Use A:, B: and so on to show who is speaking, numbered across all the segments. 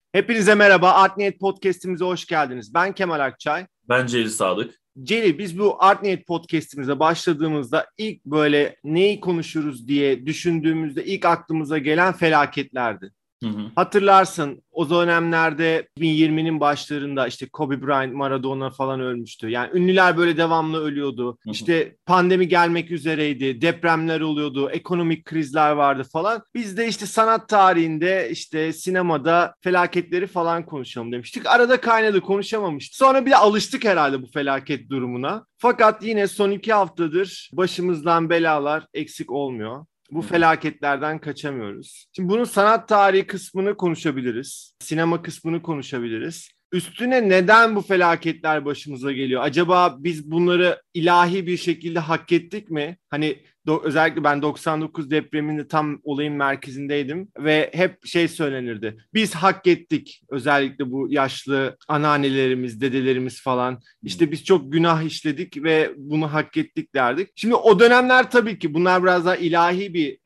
A: Hepinize merhaba. Art Niyet Podcast'imize hoş geldiniz. Ben Kemal Akçay.
B: Bence Eli Sadık.
A: Celil, biz bu Art Niyet Podcast'imize başladığımızda ilk böyle neyi konuşuruz diye düşündüğümüzde ilk aklımıza gelen felaketlerdi.
B: Hı hı,
A: Hatırlarsın o dönemlerde 2020'nin başlarında işte Kobe Bryant, Maradona falan ölmüştü. Yani ünlüler böyle devamlı ölüyordu.
B: hı hı,
A: İşte pandemi gelmek üzereydi, depremler oluyordu, ekonomik krizler vardı falan. Biz de işte sanat tarihinde işte sinemada felaketleri falan konuşalım demiştik. Arada kaynadı konuşamamıştık. Sonra bir de alıştık herhalde bu felaket durumuna. Fakat yine son 2 haftadır başımızdan belalar eksik olmuyor. Bu
B: hı hı.
A: felaketlerden kaçamıyoruz. Şimdi bunun sanat tarihi kısmını konuşabiliriz. Sinema kısmını konuşabiliriz. Üstüne neden bu felaketler başımıza geliyor? Acaba biz bunları ilahi bir şekilde hak ettik mi? Hani özellikle ben 99 depreminde tam olayın merkezindeydim ve hep şey söylenirdi. Biz hak ettik. Özellikle bu yaşlı anneannelerimiz, dedelerimiz falan. İşte biz çok günah işledik ve bunu hak ettik derdik. Şimdi o dönemler tabii ki bunlar biraz daha ilahi bir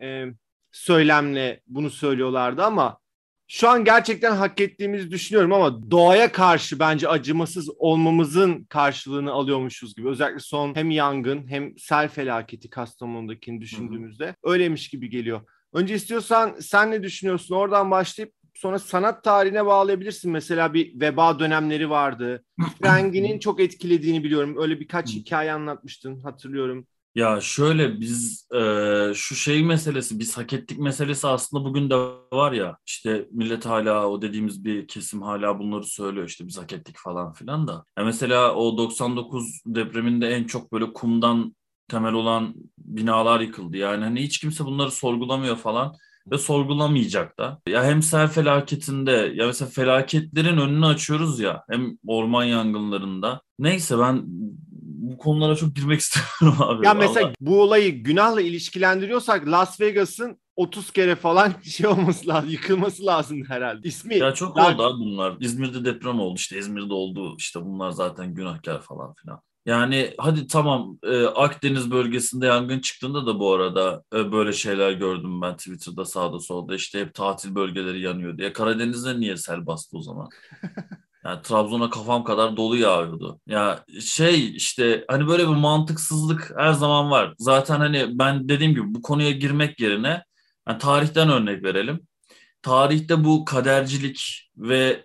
A: söylemle bunu söylüyorlardı ama şu an gerçekten hak ettiğimizi düşünüyorum ama doğaya karşı bence acımasız olmamızın karşılığını alıyormuşuz gibi. Özellikle son hem yangın hem sel felaketi Kastamonu'dakini
B: Hı hı.
A: düşündüğümüzde öyleymiş gibi geliyor. Önce istiyorsan sen ne düşünüyorsun? Oradan başlayıp sonra sanat tarihine bağlayabilirsin. Mesela bir veba dönemleri vardı. Frengi'nin çok etkilediğini biliyorum. Öyle birkaç hikaye anlatmıştın, hatırlıyorum.
B: Ya şöyle biz şu şey meselesi, biz hak ettik meselesi aslında bugün de var ya, işte millet hala o dediğimiz bir kesim hala bunları söylüyor, işte biz hak ettik falan filan da. Ya mesela o 99 depreminde en çok böyle kumdan temel olan binalar yıkıldı. Yani hani hiç kimse bunları sorgulamıyor falan ve sorgulamayacak da. Ya hem sel felaketinde, ya mesela felaketlerin önünü açıyoruz ya, hem orman yangınlarında. Neyse, ben bu konulara çok girmek istemiyorum abi.
A: Ya mesela
B: Vallahi.
A: bu olayı günahla ilişkilendiriyorsak Las Vegas'ın 30 kere falan şey olması lazım, yıkılması lazım herhalde. İsmi
B: Ya çok
A: daha
B: oldu abi bunlar. İzmir'de deprem oldu, işte İzmir'de oldu, işte bunlar zaten günahkar falan filan. Yani hadi tamam, Akdeniz bölgesinde yangın çıktığında da bu arada böyle şeyler gördüm ben Twitter'da, sağda solda, işte hep tatil bölgeleri yanıyor diye. Karadeniz'de niye sel bastı o zaman? Yani Trabzon'a kafam kadar dolu yağıyordu. Ya şey, işte hani böyle bir mantıksızlık her zaman var. Zaten hani ben dediğim gibi bu konuya girmek yerine yani tarihten örnek verelim. Tarihte bu kadercilik ve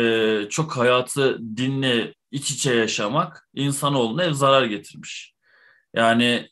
B: çok hayatı dinle iç içe yaşamak insanoğluna hep zarar getirmiş. Yani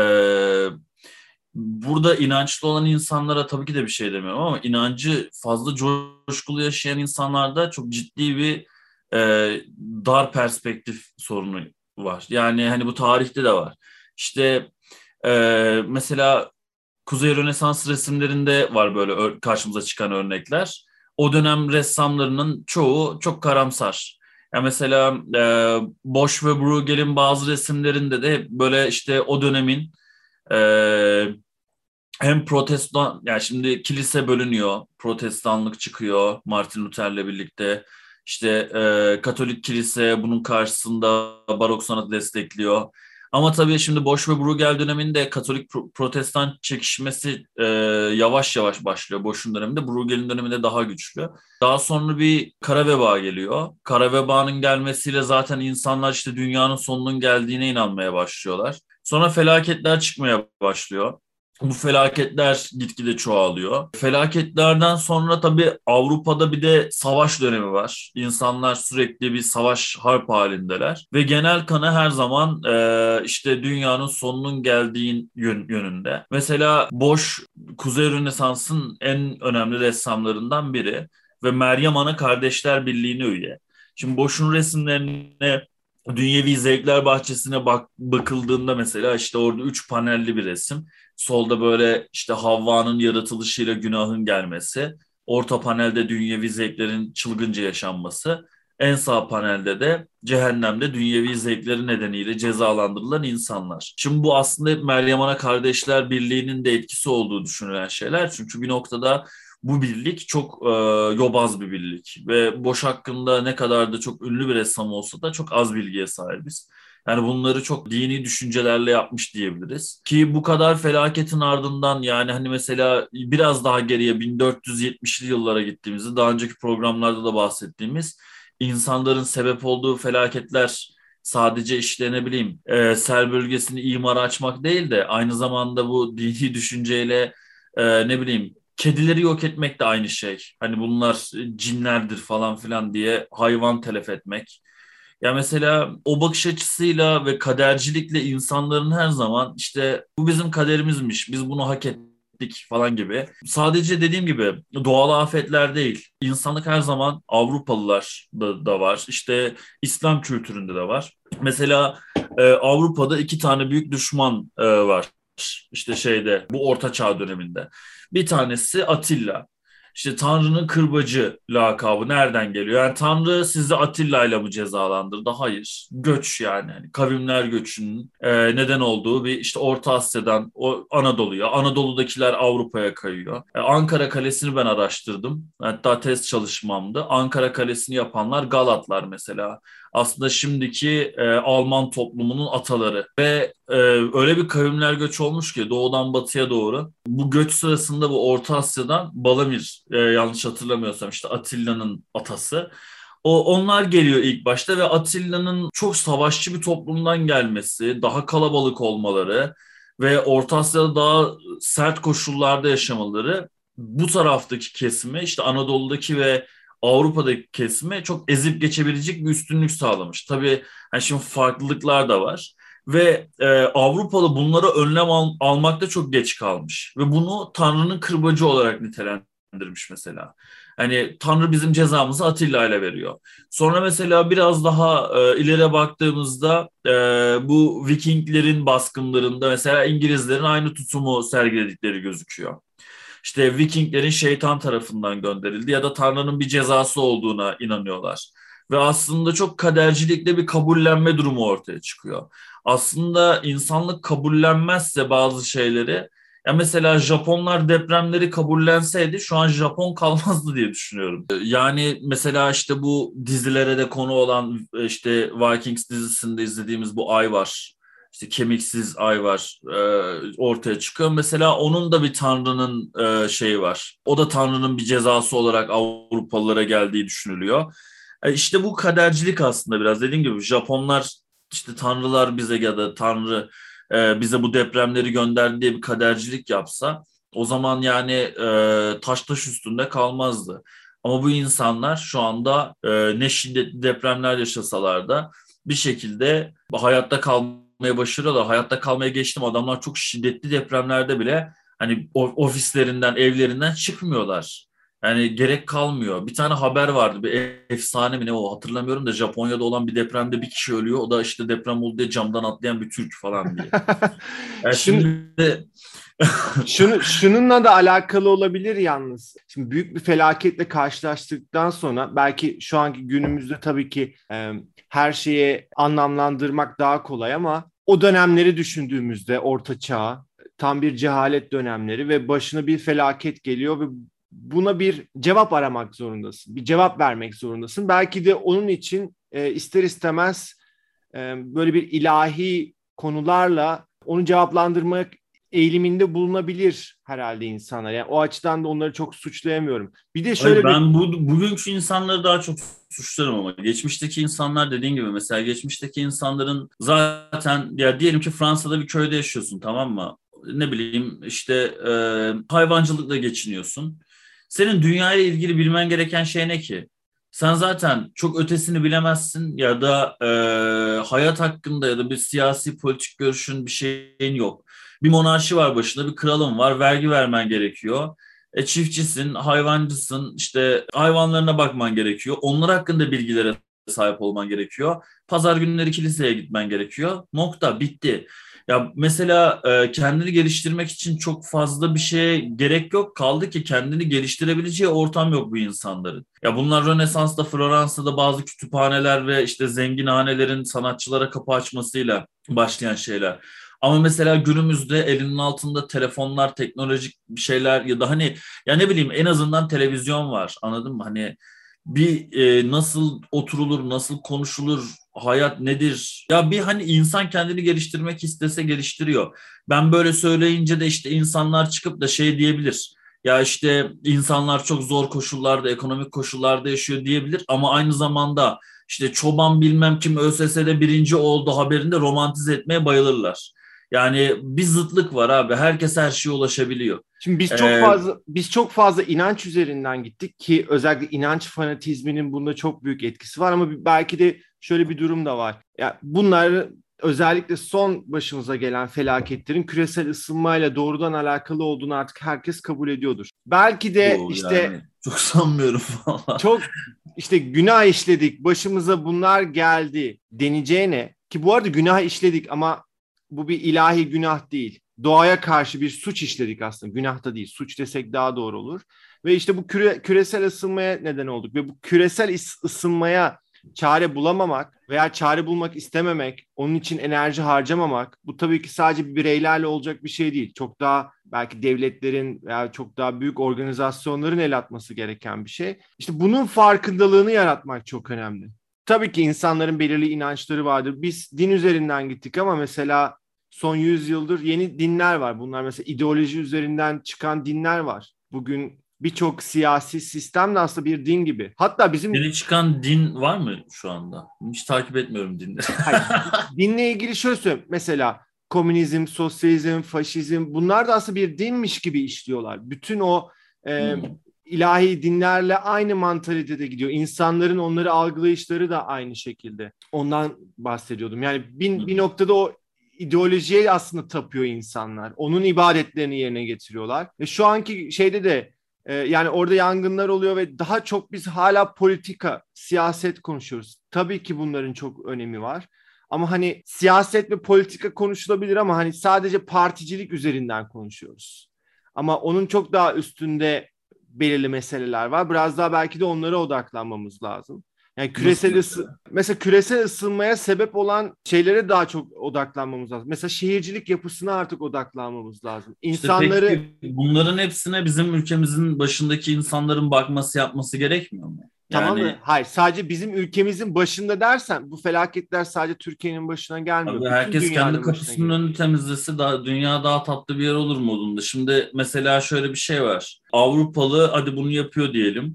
B: burada inançlı olan insanlara tabii ki de bir şey demiyorum ama inancı fazla coşkulu yaşayan insanlarda çok ciddi bir e, dar perspektif sorunu var. Yani hani bu tarihte de var. İşte mesela Kuzey Rönesans resimlerinde var böyle karşımıza çıkan örnekler. O dönem ressamlarının çoğu çok karamsar. Ya mesela Bosch ve Bruegel'in bazı resimlerinde de hep böyle işte o dönemin e, hem protestan, yani şimdi kilise bölünüyor, protestanlık çıkıyor Martin Luther'le birlikte. İşte Katolik kilise bunun karşısında barok sanatı destekliyor. Ama tabii şimdi Bosch ve Bruegel döneminde Katolik protestan çekişmesi yavaş yavaş başlıyor Bosch'un döneminde. Bruegel'in döneminde daha güçlü. Daha sonra bir kara veba geliyor. Kara vebanın gelmesiyle zaten insanlar işte dünyanın sonunun geldiğine inanmaya başlıyorlar. Sonra felaketler çıkmaya başlıyor. Bu felaketler gitgide çoğalıyor. Felaketlerden sonra tabii Avrupa'da bir de savaş dönemi var. İnsanlar sürekli bir savaş, harp halindeler. Ve genel kanı her zaman işte dünyanın sonunun geldiğin yönünde. Mesela Bosch, Kuzey Rönesans'ın en önemli ressamlarından biri. Ve Meryem Ana Kardeşler Birliği'ne üye. Şimdi Bosch'un resimlerine, Dünyevi Zevkler Bahçesi'ne bakıldığında mesela işte orada üç panelli bir resim. Solda böyle işte Havva'nın yaratılışıyla günahın gelmesi. Orta panelde dünyevi zevklerin çılgınca yaşanması. En sağ panelde de cehennemde dünyevi zevkleri nedeniyle cezalandırılan insanlar. Şimdi bu aslında hep Meryem Ana Kardeşler Birliği'nin de etkisi olduğu düşünülen şeyler. Çünkü bir noktada bu birlik çok yobaz bir birlik ve Boş hakkında ne kadar da çok ünlü bir ressam olsa da çok az bilgiye sahibiz. Yani bunları çok dini düşüncelerle yapmış diyebiliriz. Ki bu kadar felaketin ardından yani hani mesela biraz daha geriye 1470'li yıllara gittiğimizde daha önceki programlarda da bahsettiğimiz insanların sebep olduğu felaketler sadece işte ne bileyim sel bölgesini imara açmak değil de aynı zamanda bu dini düşünceyle ne bileyim kedileri yok etmek de aynı şey. Hani bunlar cinlerdir falan filan diye hayvan telef etmek. Ya mesela o bakış açısıyla ve kadercilikle insanların her zaman işte bu bizim kaderimizmiş, biz bunu hak ettik falan gibi. Sadece dediğim gibi doğal afetler değil. İnsanlık her zaman Avrupalılar da var. İşte İslam kültüründe de var. Mesela Avrupa'da iki tane büyük düşman var. İşte şeyde bu Orta Çağ döneminde. Bir tanesi Atilla. İşte Tanrı'nın kırbacı lakabı nereden geliyor? Yani Tanrı sizi Atilla ile mi cezalandırdı? Hayır. Göç yani. Yani kavimler göçünün neden olduğu bir işte Orta Asya'dan o Anadolu'ya, Anadolu'dakiler Avrupa'ya kayıyor. Ankara Kalesi'ni ben araştırdım. Hatta test çalışmamdı. Ankara Kalesi'ni yapanlar Galatlar mesela. Aslında şimdiki Alman toplumunun ataları ve öyle bir kavimler göç olmuş ki doğudan batıya doğru. Bu göç sırasında bu Orta Asya'dan Balamir yanlış hatırlamıyorsam işte Atilla'nın atası. Onlar geliyor ilk başta ve Atilla'nın çok savaşçı bir toplumdan gelmesi, daha kalabalık olmaları ve Orta Asya'da daha sert koşullarda yaşamaları bu taraftaki kesimi işte Anadolu'daki ve Avrupa'daki kesime çok ezip geçebilecek bir üstünlük sağlamış. Tabii hani şimdi farklılıklar da var. Ve Avrupalı bunlara önlem almakta çok geç kalmış. Ve bunu Tanrı'nın kırbacı olarak nitelendirmiş mesela. Hani Tanrı bizim cezamızı Atilla ile veriyor. Sonra mesela biraz daha ileri baktığımızda bu Vikinglerin baskınlarında mesela İngilizlerin aynı tutumu sergiledikleri gözüküyor. İşte Vikinglerin şeytan tarafından gönderildi ya da Tanrı'nın bir cezası olduğuna inanıyorlar. Ve aslında çok kadercilikle bir kabullenme durumu ortaya çıkıyor. Aslında insanlık kabullenmezse bazı şeyleri, ya mesela Japonlar depremleri kabullenseydi şu an Japon kalmazdı diye düşünüyorum. Yani mesela işte bu dizilere de konu olan işte Vikings dizisinde izlediğimiz bu ay var. İşte kemiksiz ay var ortaya çıkıyor. Mesela onun da bir tanrının şeyi var. O da tanrının bir cezası olarak Avrupalılara geldiği düşünülüyor. İşte bu kadercilik aslında biraz dediğim gibi Japonlar işte tanrılar bize ya da tanrı bize bu depremleri gönderdi diye bir kadercilik yapsa o zaman yani taş üstünde kalmazdı. Ama bu insanlar şu anda ne şiddetli depremler yaşasalar da bir şekilde hayatta kalmaya başarıyorlar. Hayatta kalmaya geçtim adamlar çok şiddetli depremlerde bile hani ofislerinden, evlerinden çıkmıyorlar. Yani gerek kalmıyor. Bir tane haber vardı. Bir efsane mi ne o hatırlamıyorum da Japonya'da olan bir depremde bir kişi ölüyor. O da işte deprem oldu diye camdan atlayan bir Türk falan diye. Yani
A: Şunu,
B: şimdi
A: şununla da alakalı olabilir yalnız. Şimdi büyük bir felaketle karşılaştıktan sonra belki şu anki günümüzde tabii ki her şeyi anlamlandırmak daha kolay ama o dönemleri düşündüğümüzde Orta Çağ tam bir cehalet dönemleri ve başına bir felaket geliyor ve buna bir cevap aramak zorundasın. Bir cevap vermek zorundasın. Belki de onun için ister istemez böyle bir ilahi konularla onu cevaplandırmak eğiliminde bulunabilir herhalde insanlar. Yani o açıdan da onları çok suçlayamıyorum. Bir de
B: hayır
A: şöyle bir
B: ben bugünkü insanları daha çok suçlarım ama geçmişteki insanlar dediğin gibi mesela geçmişteki insanların zaten ya diyelim ki Fransa'da bir köyde yaşıyorsun tamam mı? Ne bileyim işte hayvancılıkla geçiniyorsun. Senin dünyayla ilgili bilmen gereken şey ne ki? Sen zaten çok ötesini bilemezsin ya da hayat hakkında ya da bir siyasi politik görüşün bir şeyin yok. Bir monarşi var başında, bir kralın var, vergi vermen gerekiyor. Çiftçisin, hayvancısın, işte hayvanlarına bakman gerekiyor. Onlar hakkında bilgilere sahip olman gerekiyor. Pazar günleri kiliseye gitmen gerekiyor. Nokta, bitti. Ya mesela kendini geliştirmek için çok fazla bir şeye gerek yok. Kaldı ki kendini geliştirebileceği ortam yok bu insanların. Ya bunlar Rönesans'ta, Floransa'da bazı kütüphaneler ve işte zengin hanelerin sanatçılara kapı açmasıyla başlayan şeyler. Ama mesela günümüzde elinin altında telefonlar, teknolojik bir şeyler ya da hani ya ne bileyim en azından televizyon var. Anladın mı? Hani bir nasıl oturulur, nasıl konuşulur hayat nedir? Ya bir hani insan kendini geliştirmek istese geliştiriyor. Ben böyle söyleyince de işte insanlar çıkıp da şey diyebilir. Ya işte insanlar çok zor koşullarda, ekonomik koşullarda yaşıyor diyebilir ama aynı zamanda işte çoban bilmem kim ÖSS'de birinci oldu haberinde romantize etmeye bayılırlar. Yani bir zıtlık var abi. Herkes her şeye ulaşabiliyor.
A: Şimdi biz çok fazla inanç üzerinden gittik ki özellikle inanç fanatizminin bunda çok büyük etkisi var ama belki de şöyle bir durum da var. Ya bunlar özellikle son başımıza gelen felaketlerin küresel ısınmayla doğrudan alakalı olduğunu artık herkes kabul ediyordur. Belki de
B: Bu
A: işte
B: yani çok sanmıyorum valla.
A: çok işte günah işledik, başımıza bunlar geldi deneceğine ki bu arada günah işledik ama bu bir ilahi günah değil. Doğaya karşı bir suç işledik aslında. Günah da değil, suç desek daha doğru olur. Ve işte bu küresel ısınmaya neden olduk ve bu küresel ısınmaya çare bulamamak veya çare bulmak istememek, onun için enerji harcamamak, bu tabii ki sadece bireylerle olacak bir şey değil. Çok daha belki devletlerin veya çok daha büyük organizasyonların el atması gereken bir şey. İşte bunun farkındalığını yaratmak çok önemli. Tabii ki insanların belirli inançları vardır. Biz din üzerinden gittik ama mesela son 100 yıldır yeni dinler var. Bunlar mesela ideoloji üzerinden çıkan dinler var. Bugün birçok siyasi sistem de aslında bir din gibi. Hatta bizim
B: Yeni çıkan din var mı şu anda? Hiç takip etmiyorum dinleri.
A: hayır, dinle ilgili şöyle söyleyeyim. Mesela komünizm, sosyalizm, faşizm bunlar da aslında bir dinmiş gibi işliyorlar. Bütün o e,
B: Hmm.
A: ilahi dinlerle aynı mantalitede gidiyor. İnsanların onları algılayışları da aynı şekilde. Ondan bahsediyordum. Yani bir noktada o ideolojiye aslında tapıyor insanlar. Onun ibadetlerini yerine getiriyorlar. Ve şu anki şeyde de yani orada yangınlar oluyor ve daha çok biz hala politika, siyaset konuşuyoruz. Tabii ki bunların çok önemi var. Ama hani siyaset ve politika konuşulabilir ama hani sadece particilik üzerinden konuşuyoruz. Ama onun çok daha üstünde belirli meseleler var. Biraz daha belki de onlara odaklanmamız lazım. Yani
B: Nasıl mesela?
A: mesela küresel ısınmaya sebep olan şeylere daha çok odaklanmamız lazım. Mesela şehircilik yapısına artık odaklanmamız lazım.
B: İşte
A: İnsanları
B: peki bunların hepsine bizim ülkemizin başındaki insanların bakması yapması gerekmiyor mu?
A: tamam mı?
B: Yani
A: Hayır, sadece bizim ülkemizin başında dersen bu felaketler sadece Türkiye'nin başına
B: abi
A: gelmiyor. Bütün
B: herkes kendi
A: dünyanın başına
B: kapısının
A: geliyor.
B: önünü temizlese daha, dünya daha tatlı bir yer olur modunda. Şimdi mesela şöyle bir şey var. Avrupalı hadi bunu yapıyor diyelim.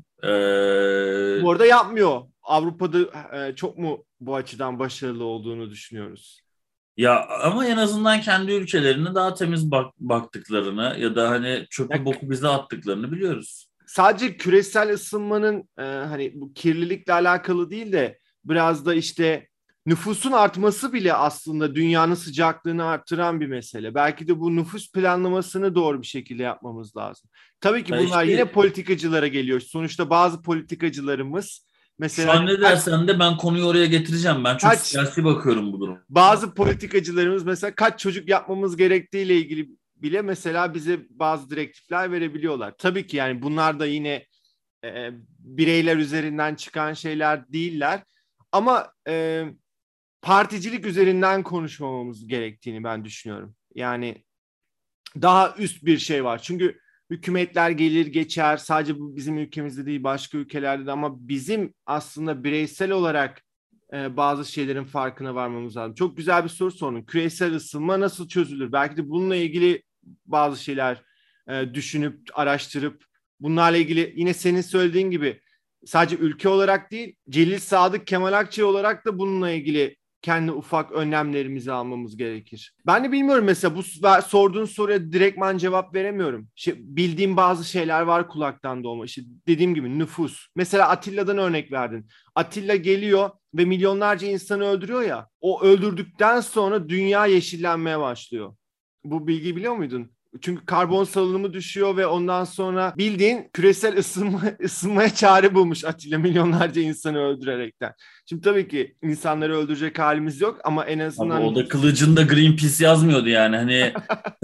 A: Bu arada yapmıyor. Avrupa'da çok mu bu açıdan başarılı olduğunu düşünüyoruz?
B: Ya ama en azından kendi ülkelerine daha temiz baktıklarını ya da hani çöpü
A: Ya,
B: boku bize attıklarını biliyoruz.
A: sadece küresel ısınmanın hani bu kirlilikle alakalı değil de biraz da işte nüfusun artması bile aslında dünyanın sıcaklığını arttıran bir mesele. Belki de bu nüfus planlamasını doğru bir şekilde yapmamız lazım. Tabii ki
B: Ya
A: bunlar yine
B: işte
A: politikacılara geliyor. Sonuçta bazı politikacılarımız
B: şu
A: mesela
B: an ne dersen de ben konuyu oraya getireceğim. Ben çok
A: kaç
B: siyasi bakıyorum bu duruma.
A: bazı politikacılarımız mesela kaç çocuk yapmamız gerektiğiyle ilgili bile mesela bize bazı direktifler verebiliyorlar. Tabii ki yani bunlar da yine bireyler üzerinden çıkan şeyler değiller. Ama particilik üzerinden konuşmamamız gerektiğini ben düşünüyorum. Yani daha üst bir şey var. Çünkü hükümetler gelir geçer. Sadece bu bizim ülkemizde değil başka ülkelerde de ama bizim aslında bireysel olarak bazı şeylerin farkına varmamız lazım. Çok güzel bir soru sordun. Küresel ısınma nasıl çözülür? Belki de bununla ilgili bazı şeyler düşünüp, araştırıp bunlarla ilgili yine senin söylediğin gibi sadece ülke olarak değil, Celil Sadık Kemal Akçay olarak da bununla ilgili kendi ufak önlemlerimizi almamız gerekir. Ben de bilmiyorum mesela bu sorduğun soruya direktman cevap veremiyorum. Bildiğim bazı şeyler var kulaktan dolma. İşte dediğim gibi nüfus. Mesela Atilla'dan örnek verdin. Atilla geliyor ve milyonlarca insanı öldürüyor ya. O öldürdükten sonra dünya yeşillenmeye başlıyor. Bu bilgiyi biliyor muydun? Çünkü karbon salınımı düşüyor ve ondan sonra bildiğin küresel ısınmaya çare bulmuş Atilla milyonlarca insanı öldürerekten. Şimdi tabii ki insanları öldürecek halimiz yok ama en
B: Abi
A: azından
B: o da kılıcında Greenpeace yazmıyordu yani hani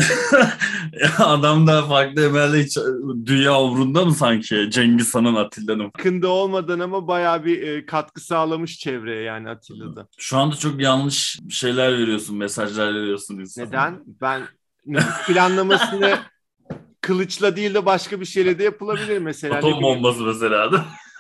B: adam da farklı emelde hiç dünya umrunda mı sanki Cengiz Han'ın Atilla'nın?
A: yakında olmadan ama bayağı bir katkı sağlamış çevreye yani Atilla'da.
B: Şu anda çok yanlış şeyler veriyorsun, mesajlar veriyorsun insanlara.
A: Neden? Ben nüfus planlamasını kılıçla değil de başka bir şeyle de yapılabilir mesela ne
B: Atom
A: bileyim.
B: bombası mesela da.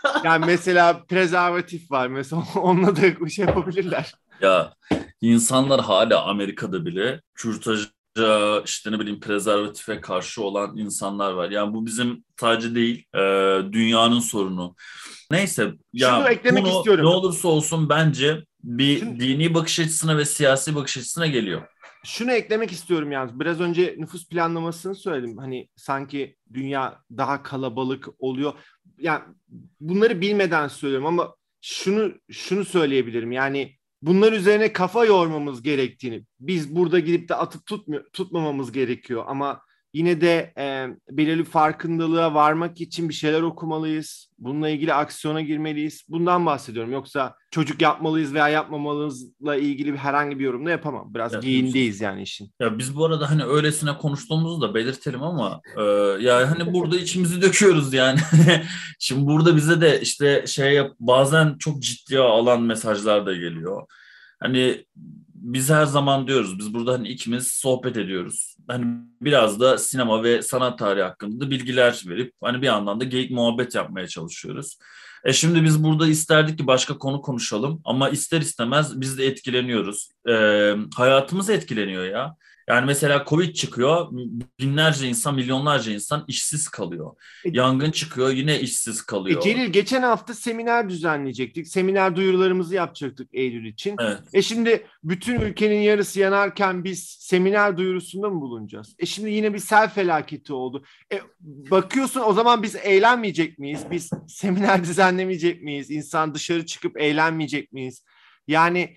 A: Yani mesela prezervatif var. Mesela onunla da şey yapabilirler.
B: Ya insanlar hala Amerika'da bile kürtaja işte ne bileyim prezervatife karşı olan insanlar var. Yani bu bizim sadece değil dünyanın sorunu. Neyse
A: Şunu
B: ya
A: eklemek
B: konu ne
A: istiyorum.
B: olursa olsun bence
A: Şunu,
B: bir dini bakış açısına ve siyasi bakış açısına geliyor.
A: şunu eklemek istiyorum yalnız. Biraz önce nüfus planlamasını söyledim. Hani sanki dünya daha kalabalık oluyor. Yani bunları bilmeden söylüyorum ama şunu söyleyebilirim. Yani bunlar üzerine kafa yormamız gerektiğini, biz burada gidip de atıp tutmamamız gerekiyor. Ama yine de belirli farkındalığa varmak için bir şeyler okumalıyız. Bununla ilgili aksiyona girmeliyiz. Bundan bahsediyorum. Yoksa çocuk yapmalıyız veya yapmamalıyızla ilgili herhangi bir yorum da yapamam. Biraz
B: Ya,
A: giyindeyiz yani işin.
B: ya biz bu arada hani öylesine konuştuğumuzu da belirtelim ama ya hani burada içimizi döküyoruz yani. Şimdi burada bize de işte bazen çok ciddiye alan mesajlar da geliyor. Hani biz her zaman diyoruz biz burada hani ikimiz sohbet ediyoruz. Hani biraz da sinema ve sanat tarihi hakkında da bilgiler verip hani bir yandan da geyik muhabbet yapmaya çalışıyoruz. Şimdi biz burada isterdik ki başka konu konuşalım ama ister istemez biz de etkileniyoruz. Hayatımız etkileniyor ya. Yani mesela Covid çıkıyor, binlerce insan, milyonlarca insan işsiz kalıyor.
A: E,
B: Yangın çıkıyor, yine işsiz kalıyor.
A: Celil geçen hafta seminer düzenleyecektik. Seminer duyurularımızı yapacaktık Eylül için.
B: Evet.
A: Şimdi bütün ülkenin yarısı yanarken biz seminer duyurusunda mı bulunacağız? Şimdi yine bir sel felaketi oldu. Bakıyorsun o zaman biz eğlenmeyecek miyiz? Biz seminer düzenlemeyecek miyiz? İnsan dışarı çıkıp eğlenmeyecek miyiz? Yani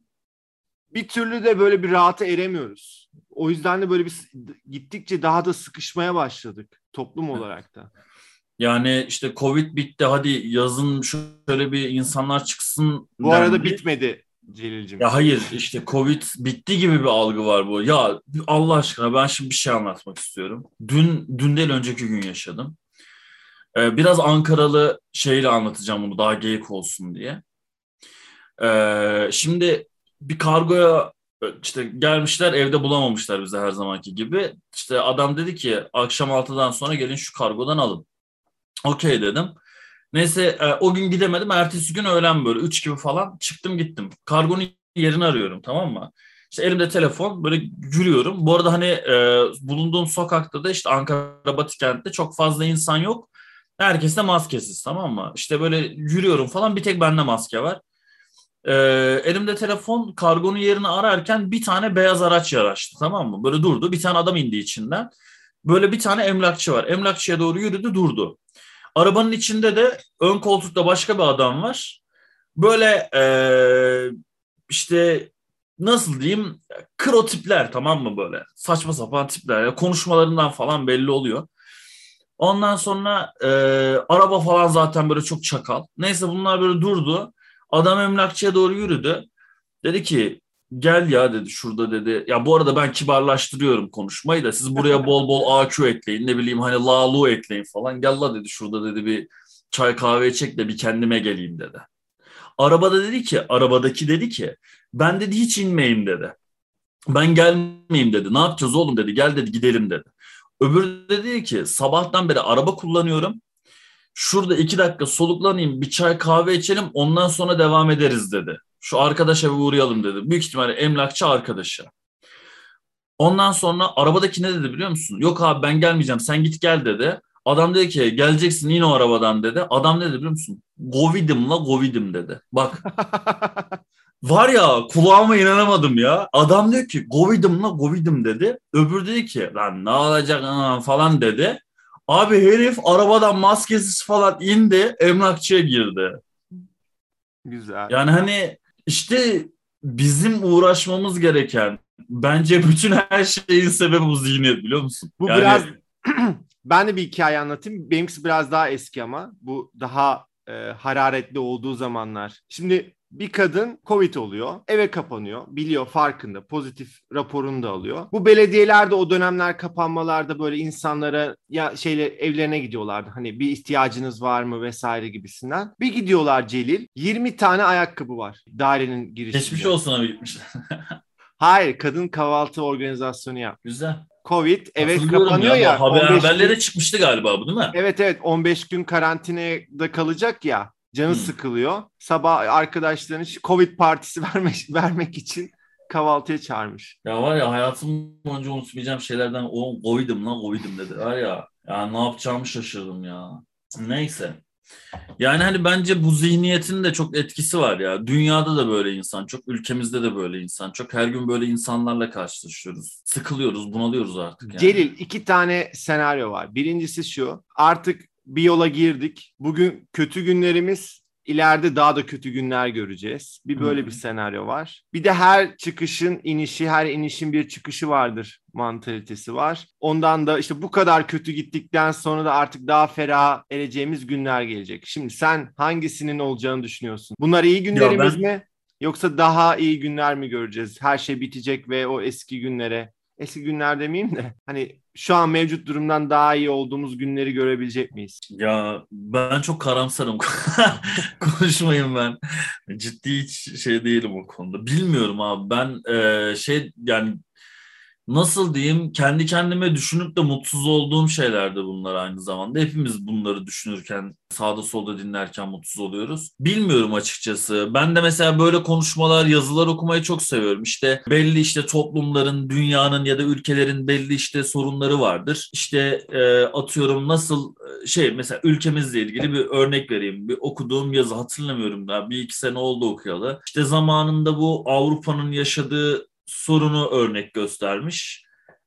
A: bir türlü de böyle bir rahata eremiyoruz. O yüzden de böyle bir gittikçe daha da sıkışmaya başladık toplum olarak da.
B: Yani işte Covid bitti, hadi yazın şöyle bir insanlar çıksın
A: Bu arada
B: dendi.
A: bitmedi Celil'cim.
B: Ya hayır işte Covid bitti gibi bir algı var bu. Ya Allah aşkına ben şimdi bir şey anlatmak istiyorum. Dün değil önceki gün yaşadım. Biraz Ankaralı şeyle anlatacağım bunu daha geyik olsun diye. Şimdi bir kargoya işte gelmişler evde bulamamışlar bize her zamanki gibi. İşte adam dedi ki akşam 6'dan sonra gelin şu kargodan alın. Okey dedim. Neyse o gün gidemedim. Ertesi gün öğlen böyle 3 gibi falan çıktım gittim. Kargonun yerini arıyorum, tamam mı? İşte elimde telefon böyle yürüyorum. Bu arada hani bulunduğum sokakta da işte Ankara Batıkent'te çok fazla insan yok. Herkes de maskesiz, tamam mı? İşte böyle yürüyorum falan, bir tek bende maske var. E, Elimde telefon, kargonun yerini ararken bir tane beyaz araç yaraştı, tamam mı? Böyle durdu, bir tane adam indi içinden. Böyle bir tane emlakçı var. Emlakçıya doğru yürüdü, durdu. Arabanın içinde de ön koltukta başka bir adam var. Böyle işte nasıl diyeyim, kro tipler, tamam mı, böyle saçma sapan tipler. Ya, konuşmalarından falan belli oluyor. Ondan sonra araba falan zaten böyle çok çakal. Neyse bunlar böyle durdu. Adam emlakçıya doğru yürüdü. Dedi ki gel ya dedi, şurada dedi. Ya bu arada ben kibarlaştırıyorum konuşmayı da, siz buraya bol bol AQ ekleyin, ne bileyim hani lalu ekleyin falan. Gel la dedi, şurada dedi bir çay kahve çek de bir kendime geleyim dedi. Arabadaki dedi ki ben dedi hiç inmeyeyim dedi. Ben gelmeyeyim dedi. Ne yapacağız oğlum dedi. Gel dedi gidelim dedi. Öbürü de dedi ki sabahtan beri araba kullanıyorum. Şurada 2 dakika soluklanayım, bir çay kahve içelim, ondan sonra devam ederiz dedi. Şu arkadaşa bir uğrayalım dedi. Büyük ihtimalle emlakçı arkadaşı. Ondan sonra arabadaki ne dedi biliyor musun? Yok abi ben gelmeyeceğim, sen git gel dedi. Adam dedi ki geleceksin in o arabadan dedi. Adam ne dedi biliyor musun? Govidim la govidim dedi. Bak var ya, kulağıma inanamadım ya. Adam diyor ki govidim la govidim dedi. Öbür dedi ki lan ne olacak falan dedi. Abi herif arabadan maskesiz falan indi, emlakçıya girdi.
A: Güzel.
B: Yani hani işte bizim uğraşmamız gereken bence bütün her şeyin sebebi bu zihniyet, biliyor musun?
A: Bu biraz
B: Yani
A: ben de bir hikaye anlatayım. Benimkisi biraz daha eski ama bu daha hararetli olduğu zamanlar. Şimdi bir kadın Covid oluyor, eve kapanıyor, biliyor, farkında, pozitif raporunu da alıyor. Bu belediyelerde o dönemler kapanmalarda böyle insanlara ya evlerine gidiyorlardı. Hani bir ihtiyacınız var mı vesaire gibisinden. Bir gidiyorlar Celil, 20 tane ayakkabı var dairenin
B: geçmiş
A: girişinde.
B: olsun abi gitmiş.
A: Hayır, kadın kahvaltı organizasyonu yapmış.
B: Güzel.
A: Covid evet
B: Hatırlıyorum
A: kapanıyor
B: ya. Bu
A: ya 15
B: haberlere
A: gün.
B: çıkmıştı galiba bu, değil mi?
A: Evet evet 15 gün karantinada kalacak ya. Canı
B: Hmm.
A: sıkılıyor. Sabah arkadaşlarının Covid partisi vermek için kahvaltıya çağırmış.
B: Ya var ya, hayatım boyunca unutmayacağım şeylerden o Covid'im lan, Covid'im dedi. Var ya, ya ne yapacağımı şaşırdım ya. Neyse. Yani hani bence bu zihniyetin de çok etkisi var ya. Dünyada da böyle insan çok, ülkemizde de böyle insan çok. Her gün böyle insanlarla karşılaşıyoruz. Sıkılıyoruz, bunalıyoruz artık yani.
A: Celil iki tane senaryo var. Birincisi şu. Artık bir yola girdik. Bugün kötü günlerimiz, ileride daha da kötü günler göreceğiz. Bir
B: Hı hı.
A: böyle bir senaryo var. Bir de her çıkışın inişi, her inişin bir çıkışı vardır mantalitesi var. Ondan da işte bu kadar kötü gittikten sonra da artık daha ferah ereceğimiz günler gelecek. Şimdi sen hangisinin olacağını düşünüyorsun? Bunlar iyi
B: Ya
A: günlerimiz
B: ben
A: mi? Yoksa daha iyi günler mi göreceğiz? Her şey bitecek ve o eski günlere, eski günler demeyeyim de hani şu an mevcut durumdan daha iyi olduğumuz günleri görebilecek miyiz?
B: ben çok karamsarım. Konuşmayayım ben. Ciddi hiç şey değilim o konuda. Bilmiyorum abi. Ben yani nasıl diyeyim, kendi kendime düşünüp de mutsuz olduğum şeylerdi bunlar aynı zamanda. Hepimiz bunları düşünürken, sağda solda dinlerken mutsuz oluyoruz. Bilmiyorum açıkçası. Ben de mesela böyle konuşmalar, yazılar okumayı çok seviyorum. İşte belli işte toplumların, dünyanın ya da ülkelerin belli işte sorunları vardır. İşte atıyorum nasıl mesela ülkemizle ilgili bir örnek vereyim. Bir okuduğum yazı hatırlamıyorum daha. Bir iki sene oldu okuyalı. İşte zamanında bu Avrupa'nın yaşadığı sorunu örnek göstermiş.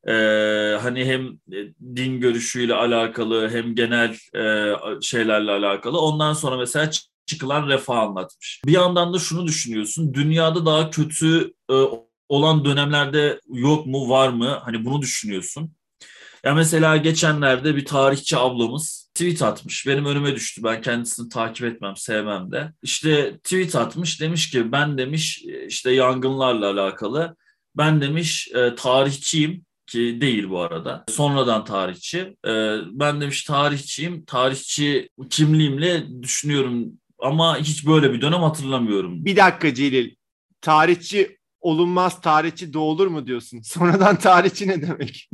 B: Hani hem din görüşüyle alakalı hem genel şeylerle alakalı. Ondan sonra mesela çıkılan refah anlatmış. Bir yandan da şunu düşünüyorsun. Dünyada daha kötü olan dönemlerde yok mu, var mı? Hani bunu düşünüyorsun. Ya mesela geçenlerde bir tarihçi ablamız tweet atmış. Benim önüme düştü. Ben kendisini takip etmem, sevmem de. İşte tweet atmış. Demiş ki ben demiş işte yangınlarla alakalı. Ben demiş tarihçiyim ki değil bu arada. Sonradan tarihçi. Ben demiş tarihçiyim. Tarihçi kimliğimle düşünüyorum ama hiç böyle bir dönem hatırlamıyorum.
A: Bir dakika Celil. Tarihçi olunmaz, tarihçi doğulur mu diyorsun? Sonradan tarihçi ne demek?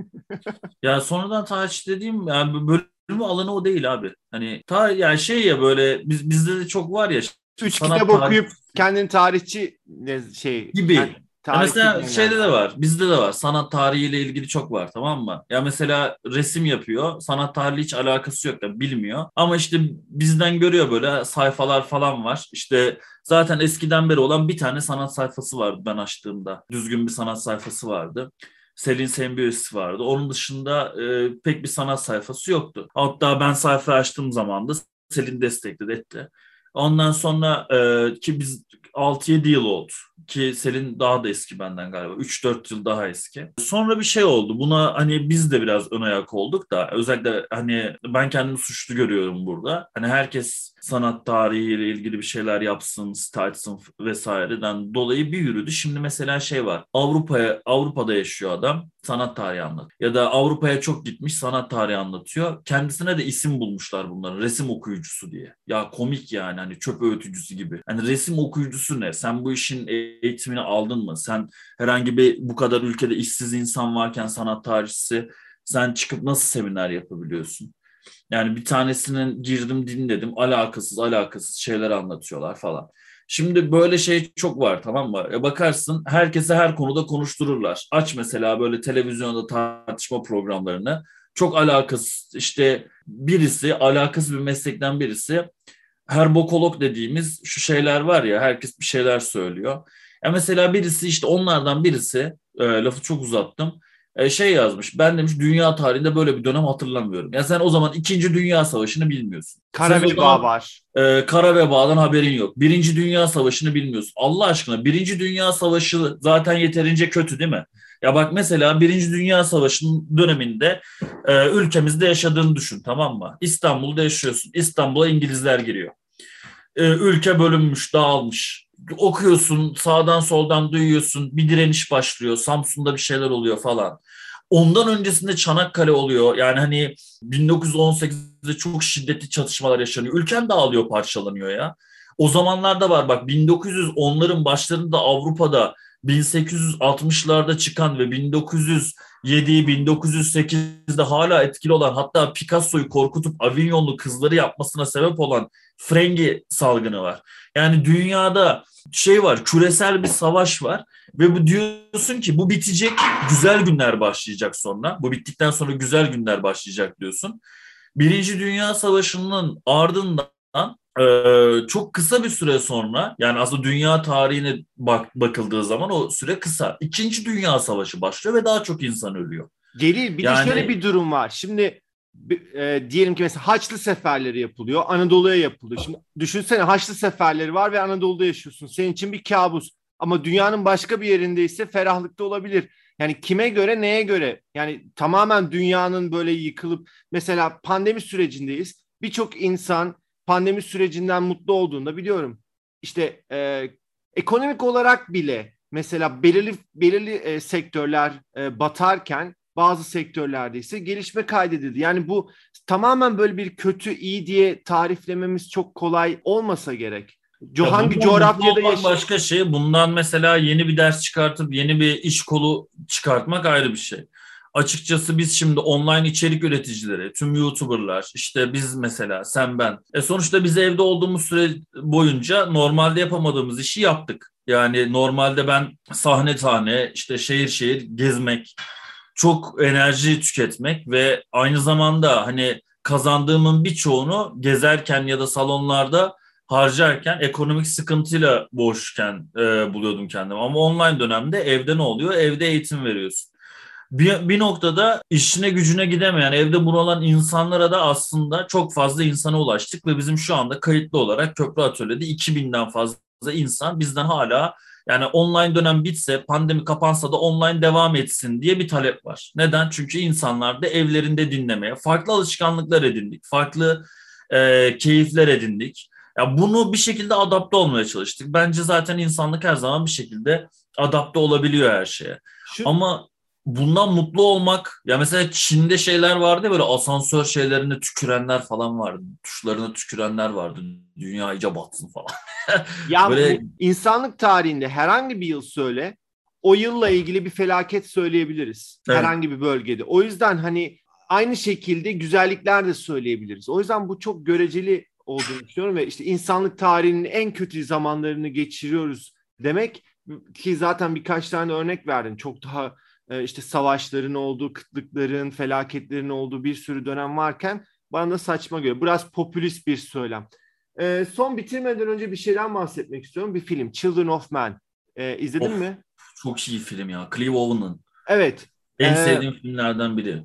B: Ya sonradan tarihçi dediğim yani bölümü alanı o değil abi. Hani yani şey ya, böyle bizde de çok var ya,
A: Üç
B: sanat
A: kitap
B: tarih
A: okuyup kendini tarihçi ne şey
B: gibi. Ya
A: tarihçi
B: mesela şeyde
A: diyenler
B: de
A: var.
B: var. Bizde de var. Sanat tarihiyle ilgili çok var, tamam mı? Ya mesela resim yapıyor. Sanat tarihi hiç alakası yok da bilmiyor. Ama işte bizden görüyor, böyle sayfalar falan var. İşte zaten eskiden beri olan bir tane sanat sayfası vardı ben açtığımda. Düzgün bir sanat sayfası vardı. Selin Sembiyosisi vardı. Onun dışında pek bir sanat sayfası yoktu. Hatta ben sayfa açtığım zaman da Selin destekledi, etti. Ondan sonra ki biz 6-7 yıl oldu. Ki Selin daha da eski benden galiba. 3-4 yıl daha eski. Sonra bir şey oldu. Buna hani biz de biraz ön ayak olduk da, özellikle hani ben kendimi suçlu görüyorum burada. Hani herkes sanat tarihiyle ilgili bir şeyler yapsın, açsın vesaireden dolayı bir yürüdü. Şimdi mesela şey var. Avrupa'da yaşıyor adam. Sanat tarihi anlatıyor. Ya da Avrupa'ya çok gitmiş, sanat tarihi anlatıyor. Kendisine de isim bulmuşlar bunların. Resim okuyucusu diye. Ya komik yani, hani çöp öğütücüsü gibi. Hani resim okuyucusu ne? Sen bu işin eğitimini aldın mı? Sen herhangi bir, bu kadar ülkede işsiz insan varken sanat tarihçisi, sen çıkıp nasıl seminer yapabiliyorsun? Yani bir tanesinin girdim dinledim, alakasız şeyler anlatıyorlar falan. Şimdi böyle şey çok var, tamam mı? Bakarsın herkese her konuda konuştururlar. Aç mesela böyle televizyonda tartışma programlarını. Çok alakasız işte birisi, alakasız bir meslekten birisi, herbokolog dediğimiz şu şeyler var ya, herkes bir şeyler söylüyor. Ya mesela birisi, işte onlardan birisi, lafı çok uzattım. Şey yazmış, ben demiş dünya tarihinde böyle bir dönem hatırlamıyorum. Ya sen o zaman İkinci Dünya Savaşı'nı bilmiyorsun.
A: Kara
B: Sen o
A: veba
B: zaman
A: var.
B: kara vebadan haberin yok. Birinci Dünya Savaşı'nı bilmiyorsun. Allah aşkına, Birinci Dünya Savaşı zaten yeterince kötü değil mi? Ya bak mesela Birinci Dünya Savaşı'nın döneminde ülkemizde yaşadığını düşün, tamam mı? İstanbul'da yaşıyorsun. İstanbul'a İngilizler giriyor. Ülke bölünmüş, dağılmış. Okuyorsun, sağdan soldan duyuyorsun, bir direniş başlıyor. Samsun'da bir şeyler oluyor falan. Ondan öncesinde Çanakkale oluyor. Yani hani 1918'de çok şiddetli çatışmalar yaşanıyor. Ülken dağılıyor, parçalanıyor ya. O zamanlarda var bak, 1910'ların başlarında Avrupa'da 1860'larda çıkan ve 1907, 1908'de hala etkili olan, hatta Picasso'yu korkutup Avignonlu kızları yapmasına sebep olan Frengi salgını var. Yani dünyada şey var, küresel bir savaş var ve bu diyorsun ki bu bitecek, güzel günler başlayacak sonra. Bu bittikten sonra güzel günler başlayacak diyorsun. Birinci Dünya Savaşı'nın ardından çok kısa bir süre sonra, yani aslında dünya tarihine bakıldığı zaman o süre kısa. İkinci Dünya Savaşı başlıyor ve daha çok insan ölüyor.
A: Celil, bir de şöyle bir durum var. Şimdi diyelim ki mesela Haçlı seferleri yapılıyor. Anadolu'ya yapılıyor. Şimdi düşünsene, Haçlı seferleri var ve Anadolu'da yaşıyorsun. Senin için bir kabus. Ama dünyanın başka bir yerinde ise ferahlıkta olabilir. Yani kime göre, neye göre? Yani tamamen dünyanın böyle yıkılıp, mesela pandemi sürecindeyiz. Birçok insan pandemi sürecinden mutlu olduğunda biliyorum. İşte ekonomik olarak bile mesela belirli sektörler batarken bazı sektörlerde ise gelişme kaydedildi. Yani bu tamamen böyle bir kötü iyi diye tariflememiz çok kolay olmasa gerek. Hangi coğrafyada
B: başka şey. Bundan mesela yeni bir ders çıkartıp yeni bir iş kolu çıkartmak ayrı bir şey. Açıkçası biz şimdi online içerik üreticileri, tüm YouTuber'lar, işte biz mesela, sen, ben. Sonuçta biz evde olduğumuz süre boyunca normalde yapamadığımız işi yaptık. Yani normalde ben sahne işte şehir şehir gezmek, çok enerji tüketmek ve aynı zamanda hani kazandığımın birçoğunu gezerken ya da salonlarda harcarken, ekonomik sıkıntıyla boğuşurken buluyordum kendimi. Ama online dönemde evde ne oluyor? Evde eğitim veriyorsun. Bir noktada işine gücüne gidemeyen, evde bunalan insanlara da aslında çok fazla insana ulaştık ve bizim şu anda kayıtlı olarak Köprü Atölye'de 2000'den fazla insan bizden hala, yani online dönem bitse, pandemi kapansa da online devam etsin diye bir talep var. Neden? Çünkü insanlar da evlerinde dinlemeye, farklı alışkanlıklar edindik, farklı keyifler edindik. Ya bunu bir şekilde adapte olmaya çalıştık. Bence zaten insanlık her zaman bir şekilde adapte olabiliyor her şeye. Ama bundan mutlu olmak, ya mesela Çin'de şeyler vardı, böyle asansör şeylerine tükürenler falan vardı. Tuşlarına tükürenler vardı. Dünya iyice batsın falan.
A: Ya
B: böyle...
A: insanlık tarihinde herhangi bir yıl söyle, o yılla ilgili bir felaket söyleyebiliriz.
B: Evet.
A: Herhangi bir bölgede. O yüzden hani aynı şekilde güzellikler de söyleyebiliriz. O yüzden bu çok göreceli olduğunu düşünüyorum ve işte insanlık tarihinin en kötü zamanlarını geçiriyoruz demek ki, zaten birkaç tane örnek verdin. Çok daha işte savaşların olduğu, kıtlıkların, felaketlerin olduğu bir sürü dönem varken bana da saçma geliyor. Biraz popülist bir söylem. Son bitirmeden önce bir şeyden bahsetmek istiyorum. Bir film, Children of Men. İzledin mi?
B: Çok iyi film ya. Clive Owen'ın.
A: Evet.
B: En sevdiğim filmlerden biri.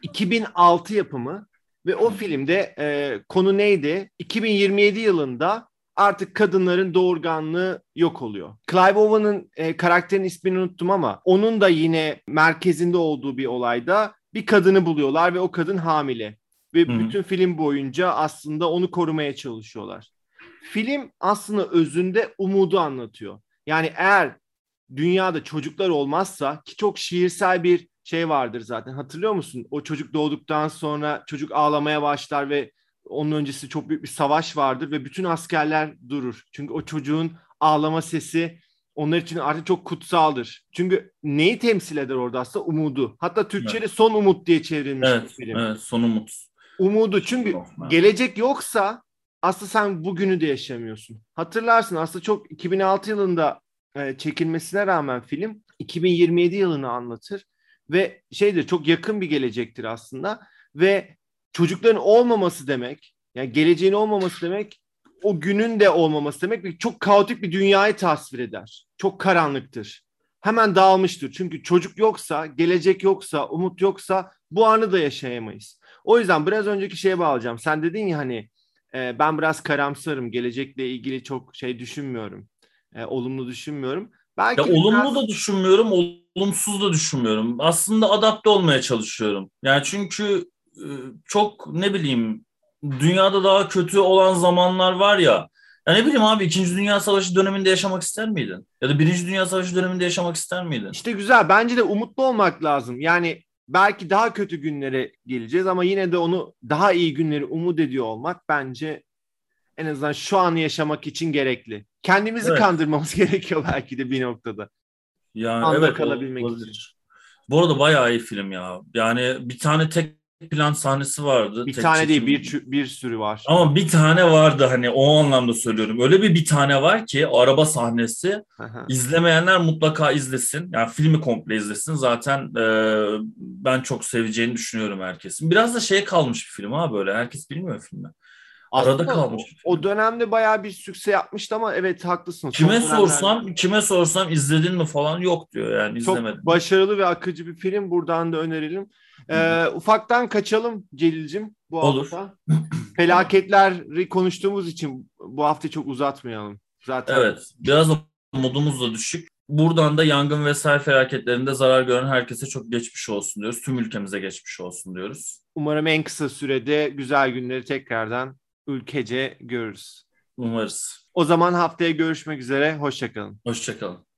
A: 2006 yapımı ve o filmde konu neydi? 2027 yılında artık kadınların doğurganlığı yok oluyor. Clive Owen'ın karakterin ismini unuttum ama onun da yine merkezinde olduğu bir olayda bir kadını buluyorlar ve o kadın hamile. Ve bütün film boyunca aslında onu korumaya çalışıyorlar. Film aslında özünde umudu anlatıyor. Yani eğer dünyada çocuklar olmazsa, ki çok şiirsel bir şey vardır zaten, hatırlıyor musun? O çocuk doğduktan sonra çocuk ağlamaya başlar ve onun öncesi çok büyük bir savaş vardır ve bütün askerler durur. Çünkü o çocuğun ağlama sesi onlar için artık çok kutsaldır. Çünkü neyi temsil eder orada aslında? Umudu. Hatta Türkçe'de Son Umut diye çevrilmiş bir film.
B: Evet, Son Umut.
A: Umudu. Çünkü gelecek yoksa aslında sen bugünü de yaşamıyorsun. Hatırlarsın, aslında çok 2006 yılında çekilmesine rağmen film 2027 yılını anlatır ve şeydir, çok yakın bir gelecektir aslında ve çocukların olmaması demek, yani geleceğin olmaması demek, o günün de olmaması demek ve çok kaotik bir dünyayı tasvir eder. Çok karanlıktır. Hemen dağılmıştır. Çünkü çocuk yoksa, gelecek yoksa, umut yoksa bu anı da yaşayamayız. O yüzden biraz önceki şeye bağlayacağım. Sen dedin ya hani ben biraz karamsarım. Gelecekle ilgili çok şey düşünmüyorum. Olumlu düşünmüyorum. Belki
B: Ya olumlu
A: biraz...
B: da düşünmüyorum, olumsuz da düşünmüyorum. Aslında adapte olmaya çalışıyorum. Yani çünkü çok, ne bileyim, dünyada daha kötü olan zamanlar var ya. Ya ne bileyim abi, İkinci Dünya Savaşı döneminde yaşamak ister miydin? Ya da Birinci Dünya Savaşı döneminde yaşamak ister miydin?
A: İşte güzel. Bence de umutlu olmak lazım. Yani belki daha kötü günlere geleceğiz ama yine de onu, daha iyi günleri umut ediyor olmak bence en azından şu an yaşamak için gerekli. Kendimizi
B: Evet.
A: kandırmamız gerekiyor belki de bir noktada.
B: Yani
A: anda
B: evet,
A: kalabilmek için.
B: olabilir. Bu arada bayağı iyi film ya. Yani bir tane tek plan sahnesi vardı.
A: Bir
B: Tek
A: tane değil,
B: çekim.
A: bir sürü var.
B: Ama bir tane vardı, hani o anlamda söylüyorum. Öyle bir tane var ki, araba sahnesi.
A: Aha.
B: İzlemeyenler mutlaka izlesin. Yani filmi komple izlesin. Zaten ben çok seveceğini düşünüyorum herkesin. Biraz da şeye kalmış bir film ha böyle. Herkes bilmiyor filmi. Arada
A: Aslında
B: kalmış bir
A: o
B: film.
A: dönemde bayağı bir sükse yapmıştı ama evet, haklısın. Son
B: Kime
A: dönemlerde
B: sorsam, kime sorsam izledin mi falan, yok diyor yani,
A: çok
B: izlemedim.
A: başarılı ve akıcı bir film. Buradan da önerelim.
B: Hı hı.
A: Ufaktan kaçalım Celil'cim bu
B: Olur.
A: hafta.
B: Tamam.
A: Felaketleri konuştuğumuz için bu hafta çok uzatmayalım. Zaten
B: Evet. Biraz da modumuz da düşük. Buradan da yangın ve sel felaketlerinde zarar gören herkese çok geçmiş olsun diyoruz. Tüm ülkemize geçmiş olsun diyoruz.
A: umarım en kısa sürede güzel günleri tekrardan ülkece görürüz.
B: Umarız.
A: O zaman haftaya görüşmek üzere. Hoşça kalın.
B: Hoşça kalın.